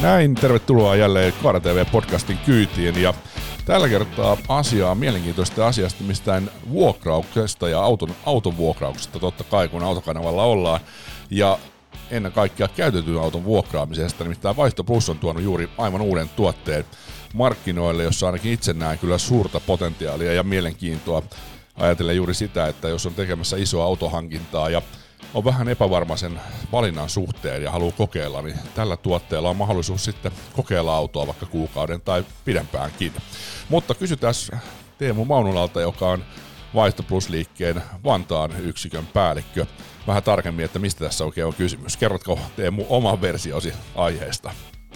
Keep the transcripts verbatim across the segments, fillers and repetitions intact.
Näin, tervetuloa jälleen Kaara T V-podcastin kyytiin ja tällä kertaa asiaa mielenkiintoista asiasta, mistään vuokrauksesta ja auton, auton vuokrauksesta totta kai, kun autokanavalla ollaan ja ennen kaikkea käytetyn auton vuokraamisesta, nimittäin Vaihto Plus on tuonut juuri aivan uuden tuotteen markkinoille, jossa ainakin itse näen kyllä suurta potentiaalia ja mielenkiintoa ajatellen juuri sitä, että jos on tekemässä isoa autohankintaa ja on vähän epävarma sen valinnan suhteen ja haluaa kokeilla, niin tällä tuotteella on mahdollisuus sitten kokeilla autoa vaikka kuukauden tai pidempäänkin. Mutta kysytään Teemu Maunulalta, joka on Vaihto Plus-liikkeen Vantaan yksikön päällikkö, vähän tarkemmin, että mistä tässä oikein on kysymys. Kerrotko Teemu oman versiosi aiheesta?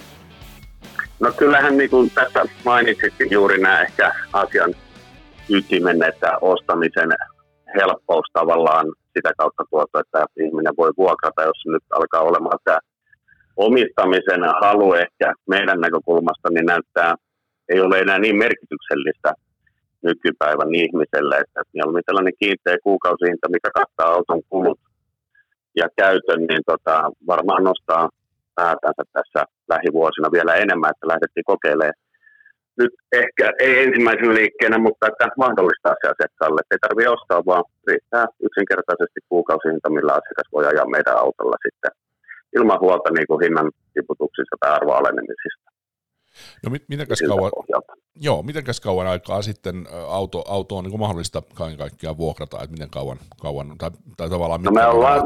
No kyllähän niin kuin tässä mainitsitkin juuri nämä ehkä asian ytimen, että ostamisen helppous tavallaan sitä kautta tuotu, että ihminen voi vuokrata, jos nyt alkaa olemaan tämä omistamisen halu ehkä meidän näkökulmasta, niin näyttää, ei ole enää niin merkityksellistä nykypäivän ihmiselle, että mieluummin tällainen kiinteä kuukausihinta, mikä kattaa auton kulut ja käytön, niin tota, varmaan nostaa päätänsä tässä lähivuosina vielä enemmän, että lähdettiin kokeilemaan. Nyt ehkä ei ensimmäisenä liikkeenä, mutta että mahdollistaa se asiakkaalle, että ei tarvitse ostaa, vaan riittää yksinkertaisesti kuukausihinta, millä asiakas voi ajaa meidän autolla sitten ilman huolta niin kuin hinnan tiputuksista tai arvoalenemisista. No mit, mitenkäs, kauan, joo, mitenkäs kauan aikaa sitten auto, auto on niin kuin mahdollista kaiken kaikkiaan vuokrata, että miten kauan, kauan tai, tai tavallaan no me ollaan,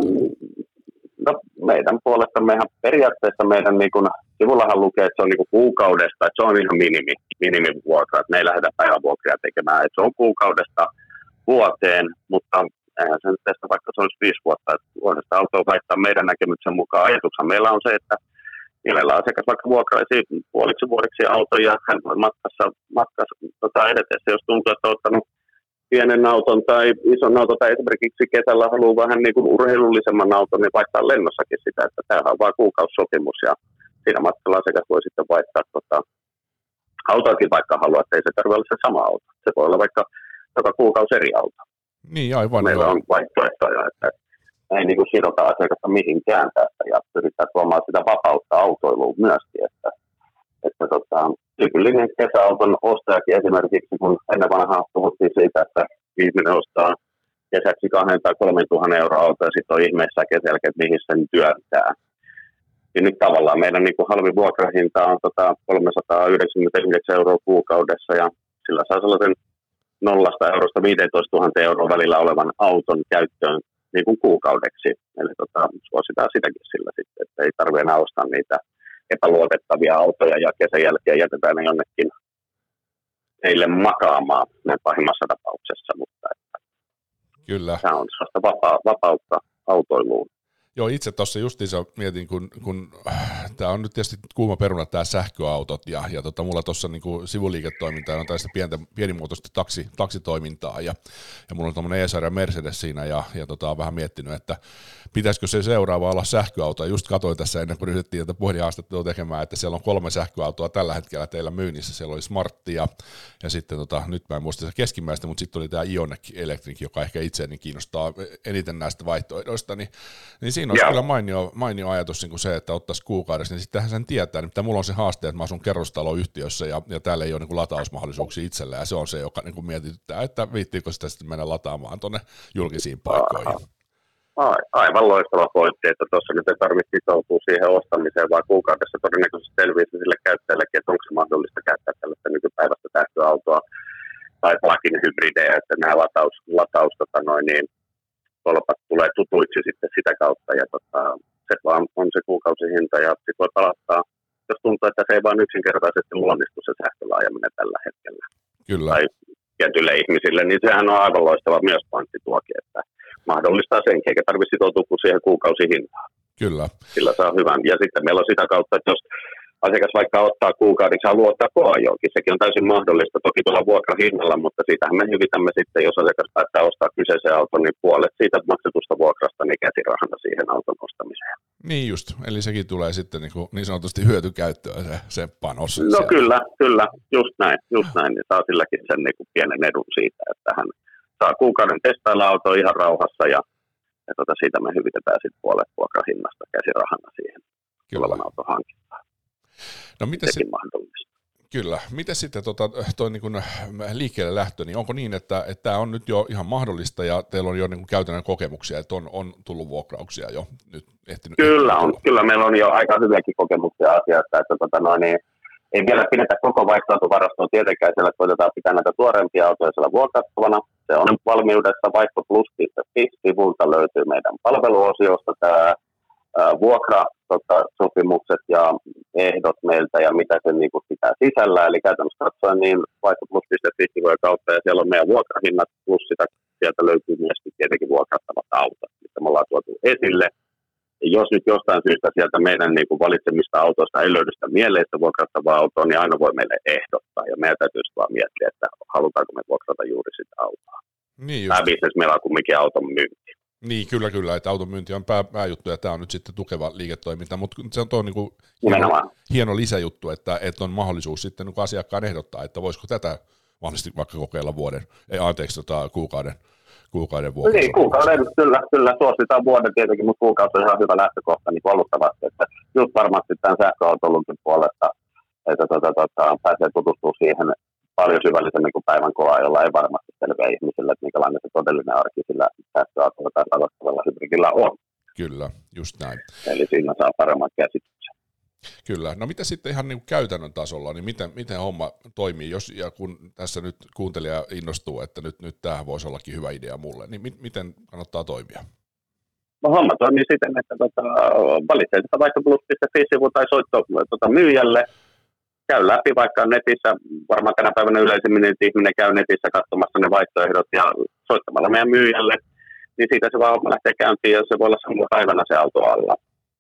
no meidän puolesta mehän periaatteessa meidän niin kuin sivullahan lukee, että se on niinku kuukaudesta, että se on ihan minimi, minimivuokra, että me ei lähdetä päivävuokria tekemään, että se on kuukaudesta vuoteen, mutta eihän se nyt tästä vaikka se olisi viisi vuotta, että vuodesta autoa vaihtaa meidän näkemyksen mukaan. Ajatuksen meillä on se, että nimellä asiakas vaikka vuokraisi puoliksi vuodeksi auton ja hän voi matkassa, matkassa tota edetessä, jos tuntuu, että on ottanut pienen auton tai ison auton tai esimerkiksi kesällä haluaa vähän niin kuin urheilullisemman auton, niin vaihtaa lennossakin sitä, että tämähän on vain kuukausisopimus ja siinä matkalla asiakas voi sitten vaihtaa tota, autoakin vaikka haluaa, että ei se tarvitse olla se sama auto. Se voi olla vaikka joka kuukausi eri auto. Niin, aivan. Meillä joo. on vaihtoehtoja, että ei niin kuin sidota asiakasta mihinkään tästä ja pyritään tuomaan sitä vapautta autoiluun myöskin. Että, että tota, tyypillinen kesäauton ostajakin esimerkiksi, kun ennen vanhaa puhuttiin siitä, että ihminen ostaa kesäksi kahden tai kolmen tuhannen euroa auto ja sitten on ihmeessä kesällä, että mihin sen työntää. Ja nyt tavallaan meidän niin kuin halvin vuokrahinta on tota kolmesataayhdeksänkymmentäyhdeksän euroa kuukaudessa ja sillä saa sellaisen nollasta eurosta viisitoistatuhatta euroa välillä olevan auton käyttöön niin kuin kuukaudeksi. Eli tota, suositaan sitäkin sillä sitten, että ei tarvitse enää ostaa niitä epäluotettavia autoja ja kesän jälkeen jätetään ne jonnekin teille makaamaan näin pahimmassa tapauksessa. Mutta että kyllä. Tämä on sellaista vapaa, vapautta autoiluun. Joo, itse tuossa justiinsa mietin, kun, kun äh, tämä on nyt tietysti kuuma peruna tämä sähköautot ja, ja tota, mulla tuossa niinku sivuliiketoimintaa on tällaista pientä, pienimuotoista taksi, taksitoimintaa ja, ja mulla on tuommoinen E-sarja ja Mercedes siinä ja, ja tota, on vähän miettinyt, että pitäisikö se seuraava olla sähköauto. Just katsoin tässä ennen kuin ryhdyttiin tätä puhelinhaastattelua tekemään, että siellä on kolme sähköautoa tällä hetkellä teillä myynnissä. Siellä oli Smartti ja, ja sitten tota, nyt mä en muista se keskimmäistä, mutta sitten oli tämä Ioniq Electric, joka ehkä itseäni kiinnostaa eniten näistä vaihtoehdoista, niin, niin siinä olisi kyllä mainio, mainio ajatus niin kuin se, että ottaisi kuukaudessa, niin sittenhän sen tietää, niin mulla on se haaste, että mä asun kerrostaloyhtiössä ja, ja täällä ei ole niin kuin latausmahdollisuuksia itsellä ja se on se, joka niin kuin mietityttää, että viittiikö sitä sitten mennä lataamaan tuonne julkisiin paikkoihin. Aivan loistava pointti, että tuossa nyt ei tarvitse sitoutua siihen ostamiseen, vaan kuukaudessa todennäköisesti selviisi sille käyttäjällekin, että onko se mahdollista käyttää tällaista nykypäivästä sähköautoa tai plug-in hybridejä, että nämä lataus, lataus tota noin, niin tolpat tulee tutuiksi sitten sitä kautta ja tota, se vaan on se kuukausihinta ja sitten voi palattaa, jos tuntuu, että se ei vaan yksinkertaisesti luonnistu se sähköllä ajaminen tällä hetkellä. Kyllä. Tai tietyille ihmisille, niin sehän on aivan loistava myös pointti tuokin, että mahdollistaa senkin, eikä tarvitse sitoutua kuin siihen kuukausihintaan. Kyllä. Sillä saa hyvän. Ja sitten meillä on sitä kautta, että jos asiakas vaikka ottaa kuukaudeksi, haluaa ottaa koeajoonkin, sekin on täysin mahdollista, toki tuolla vuokrahinnalla, mutta siitähän me hyvitämme sitten, jos asiakas päättää ostaa kyseisen auton, niin puolet siitä maksetusta vuokrasta niin käsirahana siihen auton ostamiseen. Niin just, eli sekin tulee sitten niin, kuin niin sanotusti hyötykäyttöön se, se panos. No siellä. kyllä, kyllä, just näin, just näin, niin saa silläkin sen niin kuin pienen edun siitä, että hän saa kuukauden testailla autoa ihan rauhassa ja, ja tota, siitä me hyvitetään sitten puolet vuokrahinnasta käsirahana siihen tulevan auton hankintaan. No miten se, mahdollista. kyllä. Miten sitten tota, toi niin kuin liikkeelle lähtö, niin onko niin, että tämä on nyt jo ihan mahdollista ja teillä on jo niin kuin käytännön kokemuksia, että on, on tullut vuokrauksia jo nyt ehtinyt? Kyllä on. Kyllä meillä on jo aika hyviäkin kokemuksia asiasta, että tota, no, niin, ei vielä pidetä koko vaihtoehtovarastoa tietenkään, siellä koitetaan pitää näitä tuoreempia autoja siellä vuokrattavana. Se on valmiudessa vaihtoplus piste fi-sivulta löytyy meidän palveluosiosta tämä vuokrasopimukset ja ehdot meiltä ja mitä se niin kuin pitää sisällä. Eli käytännössä katsoen niin vaihtoplus piste fi-sivujen kautta ja siellä on meidän vuokrahinnat plus sitä, sieltä löytyy myöskin tietenkin vuokrattavat autot, mitä me ollaan tuotu esille. Jos nyt jostain syystä sieltä meidän niin kuin valitsemista autoista ei löydy sitä mieleistä vuokrattavaa autoa, niin aina voi meille ehdottaa. Ja meidän täytyy vaan miettiä, että halutaanko me vuokrata juuri sitä autoa. Niin just. Tämä bisnes meillä on kumminkin auton myynti. Niin, kyllä, kyllä, että auton myynti on pää, pääjuttu ja tämä on nyt sitten tukeva liiketoiminta, mutta se on tuo niin kuin hieno, hieno lisäjuttu, että, että on mahdollisuus sitten niin asiakkaan ehdottaa, että voisiko tätä mahdollisesti vaikka kokeilla vuoden, ei anteeksi, tota, kuukauden. Kuukauden vuokraus. Niin, kuukauden, kyllä, kyllä suositaan vuoden tietenkin, mutta kuukausi on ihan hyvä lähtökohta niin valuttavasti, että just varmasti tämän sähköautolunkin puolesta, että tota, tota, pääsee tutustumaan siihen paljon syvällisemmin kuin päivän kovaa, jolla ei varmasti selviä ihmisille, että minkälainen se todellinen arki sillä sähköautolla tai ladattavalla hybridillä on. Kyllä, just näin. Eli siinä saa paremman käsityksen. Kyllä. No mitä sitten ihan niin kuin käytännön tasolla, niin miten, miten homma toimii, jos ja kun tässä nyt kuuntelija innostuu, että nyt, nyt tämä voisi ollakin hyvä idea mulle, niin mi, miten kannattaa toimia? No homma toimii siten, että tota, valitsee sitä vaihtoplus piste fi-sivu tai soitto tota, myyjälle, käy läpi vaikka netissä, varmaan tänä päivänä yleisemmin, että ihminen käy netissä katsomassa ne vaihtoehdot ja soittamalla meidän myyjälle, niin siitä se vaan homma lähtee käyntiin ja se voi olla samalla päivänä se auto alla.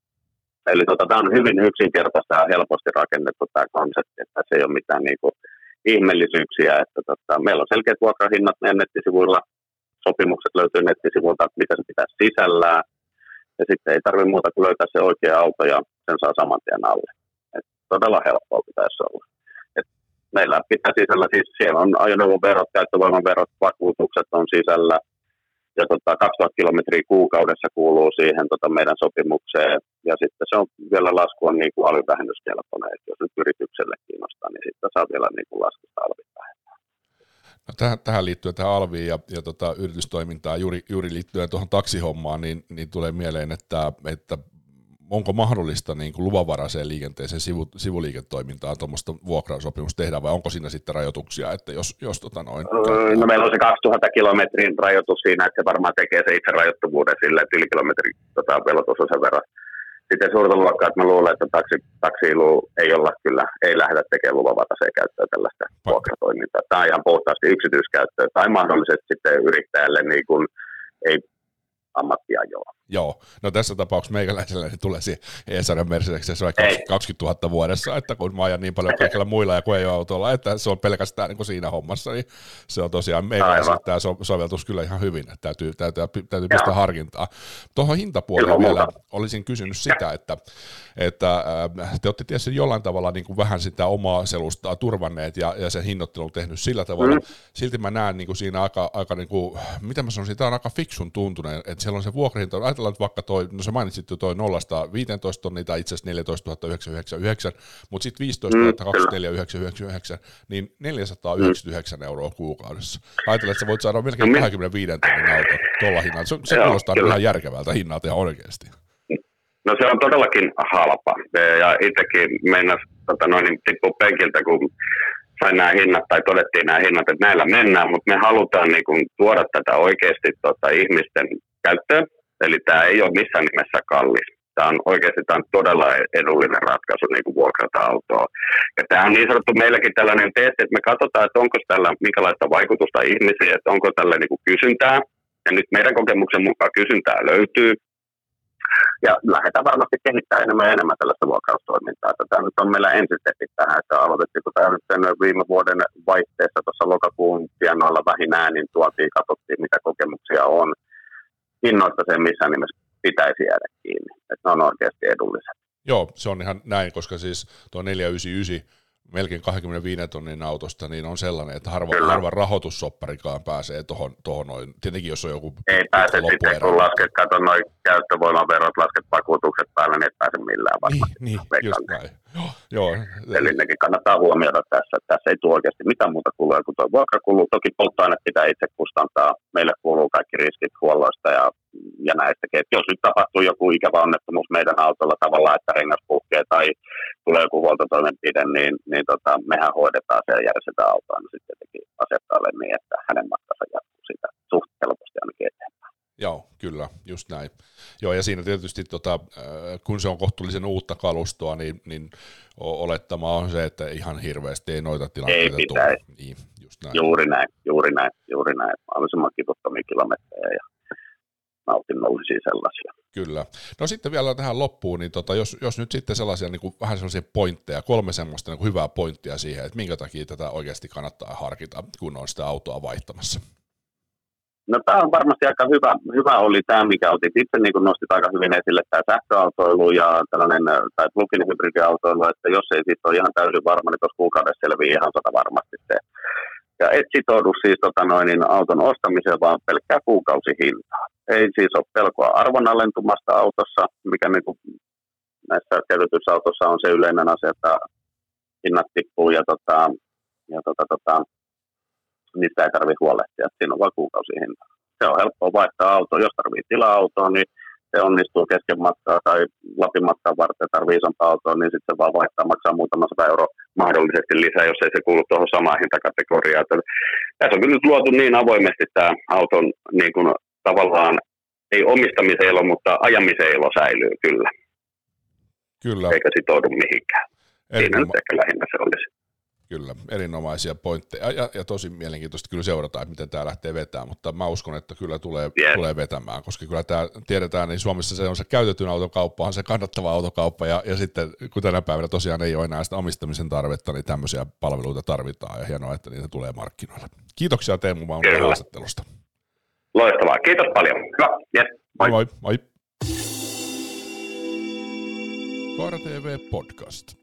Eli tota, tämä on hyvin yksinkertaista ja helposti rakennettu tämä konsepti, että se ei ole mitään niinku ihmeellisyyksiä. Että tota, meillä on selkeät vuokrahinnat meidän nettisivuilla, sopimukset löytyy nettisivuilta, mitä se pitää sisällään. Ja sitten ei tarvitse muuta kuin löytää se oikea auto ja sen saa saman tien alle. Et todella helppoa pitäisi olla. Et meillä pitää sisällä, siis siellä on ajoneuvoverot, käyttövoimaverot, vakuutukset on sisällä. Ja tota, kaksituhatta kilometriä kuukaudessa kuuluu siihen tota, meidän sopimukseen. Ja sitten se on vielä lasku on niin kuin alvivähennyskelpoinen. Että jos nyt yritykselle kiinnostaa, niin sitten saa vielä niin kuin laskusta alvit vähentää. No tähän, tähän liittyen tähän alviin ja, ja tota, yritystoimintaan, juuri, juuri liittyen tuohon taksihommaan, niin, niin tulee mieleen, että, että onko mahdollista niin kuin luvanvaraiseen liikenteeseen sivu, sivuliiketoimintaan tuommoista vuokrausopimusta tehdä, vai onko siinä sitten rajoituksia, että jos, jos tota noin... No meillä on se kaksituhatta kilometrin rajoitus siinä, että se varmaan tekee se itse rajoittuvuuden sille, että ylikilometrin tota, velotus on sen verran. Sitten suurta luokkaa, että mä luulen, että taksi, taksiilu ei olla kyllä, ei lähdetä tekemään luvanvaraiseen käyttöön tällaista pa- vuokratoimintaa. Tämä on ihan puhtaasti yksityiskäyttöön tai mahdollisesti sitten yrittäjälle niin kuin ei ammattia joo. Joo, no tässä tapauksessa meikäläisellä niin tulee siihen E-sarjan Mercedesessä vaikka kaksikymmentätuhatta vuodessa, että kun mä ajan niin paljon kaikilla muilla ja kun ei ole autolla, että se on pelkästään niin kuin siinä hommassa, niin se on tosiaan meikäläisellä tämä so- soveltus kyllä ihan hyvin, että täytyy, täytyy, täytyy pistää harkintaa. Tuohon hintapuolelle vielä olisin kysynyt sitä, että, että te olette tietysti jollain tavalla niin kuin vähän sitä omaa selustaa turvanneet ja, ja sen hinnoittelun tehnyt sillä tavalla, mm. silti mä näen niin kuin siinä aika, aika niin kuin, mitä mä sanoisin, tämä on aika fiksun tuntunen, että siellä on se vuokrahinta, ajatellaan nyt vaikka toi, no sä mainitsit jo toi nollasta viisitoista tonnia tai itse asiassa neljätoista tuhatta yhdeksänsataayhdeksänkymmentäyhdeksän, mutta sitten viisitoista tuhatta kaksikymmentäneljä yhdeksänsataayhdeksänkymmentäyhdeksän, niin neljäsataayhdeksänkymmentäyhdeksän euroa kuukaudessa. Ajatellaan, että sä voit saada melkein kaksikymmentäviisi tonnin auton tuolla hinnalla. Se, se kuulostaa ihan järkevältä hinnalta ihan oikeasti. No se on todellakin halpa. Ja itsekin meinas tota noin, tippua penkiltä, kun sain nämä hinnat tai todettiin nämä hinnat, että näillä mennään, mutta me halutaan niin kuin, tuoda tätä oikeasti tota, ihmisten käyttöön. Eli tämä ei ole missään nimessä kallis. Tämä on oikeasti tämä on todella edullinen ratkaisu niin kuin vuokrata autoa. Ja tämä on niin sanottu meilläkin tällainen testi, että me katsotaan, että onko tällä minkälaista vaikutusta ihmisiin, että onko tällä niin kuin kysyntää. Ja nyt meidän kokemuksen mukaan kysyntää löytyy. Ja lähdetään varmasti kehittämään enemmän ja enemmän tällaista vuokraustoimintaa. Tämä nyt on meillä ensisteppi tähän, että aloitettiin, kun tämä nyt sen viime vuoden vaihteessa tuossa lokakuun tienoilla vähin äänin tuotiin, katsottiin mitä kokemuksia on. Hinnoista sen missään nimessä pitäisi jäädä kiinni, että ne on oikeasti edulliset. Joo, se on ihan näin, koska siis tuo neljäsataayhdeksänkymmentäyhdeksän melkein kaksikymmentäviisi tonnin autosta, niin on sellainen, että harva, harva rahoitussopparikaan pääsee tuohon, tuohon noin, tietenkin jos on joku ei pääse sitten, kun lasket, kato noin käyttövoimaverot, lasket vakuutukset päällä, niin et pääse millään varmasti. Niin, niin just näin. Joo. Eli nekin kannattaa huomioida tässä, että tässä ei tule oikeasti mitään muuta kuluja kuin tuo vuokrakulu. Toki polttoaine pitää itse kustantaa. Meille kuuluu kaikki riskit huolloista ja, ja näistäkin. Et jos nyt tapahtuu joku ikävä onnettomuus meidän autolla tavallaan, että rengas puhkee tai tulee joku huoltotoimenpide, niin, niin tota, mehän hoidetaan se ja järjestetään autoa niin sitten jotenkin asiakkaalle niin, että hänen matkansa jatkuu siitä suht helposti ainakin eteenpäin. Joo, kyllä, just näin. Joo, ja siinä tietysti, tota, kun se on kohtuullisen uutta kalustoa, niin, niin olettama on se, että ihan hirveästi ei noita tilanteita ei tule. Niin, just näin. Juuri näin, juuri näin, juuri näin. Mahdollisimman kivuttomia kilometrejä ja nautinnollisia sellaisia. Kyllä. No sitten vielä tähän loppuun, niin tota, jos, jos nyt sitten sellaisia niin kuin, vähän sellaisia pointteja, kolme semmoista niin kuin hyvää pointtia siihen, että minkä takia tätä oikeasti kannattaa harkita, kun on sitä autoa vaihtamassa. No tämä on varmasti aika hyvä, hyvä oli tämä, mikä otit itse niin kuin nostit aika hyvin esille, tämä sähköautoilu ja tällainen, tai plug-in hybridiautoilu, että jos ei siitä ole ihan täysin varma, niin tuossa kuukaudessa selviää ihan sata varmasti se. Ja et sitoudu siis tota noin, niin auton ostamiseen, vaan pelkkää kuukausihintaa. Ei siis ole pelkoa arvonalentumasta autossa, mikä niin kuin näissä käytetyissä autossa on se yleinen asia, että hinnat tippuu ja, tota, ja tota, tota, niistä ei tarvitse huolehtia, että siinä on vain kuukausihinta. Se on helppoa vaihtaa autoa, jos tarvitsee tila-autoa, niin se onnistuu kesken matkaa tai Lapin matkan varten tarvitsee isompaa autoa, niin sitten se vaan vaihtaa, maksaa muutama sata euro mahdollisesti lisää, jos ei se kuulu tuohon samaan hintakategoriaan. Tässä on kyllä nyt luotu niin avoimesti tämä auton niin kuin, tavallaan, ei omistamisen ilo, mutta ajamisen ilo säilyy kyllä. Kyllä. Eikä sitoudu mihinkään. Erinoma- Siinä nyt ehkä lähinnä se olisi. Kyllä, erinomaisia pointteja ja, ja tosi mielenkiintoista kyllä seurataan, että miten tämä lähtee vetämään, mutta mä uskon, että kyllä tulee, yes. tulee vetämään, koska kyllä tämä tiedetään, niin Suomessa se on se käytetyn autokauppa, on se kannattava autokauppa ja, ja sitten kun tänä päivänä tosiaan ei ole enää sitä omistamisen tarvetta, niin tämmöisiä palveluita tarvitaan ja hienoa, että niitä tulee markkinoille. Kiitoksia Teemu Maunon haastattelusta. Loistavaa, kiitos paljon. Hyvä, yes. Moi moi. moi. Kaara T V Podcast.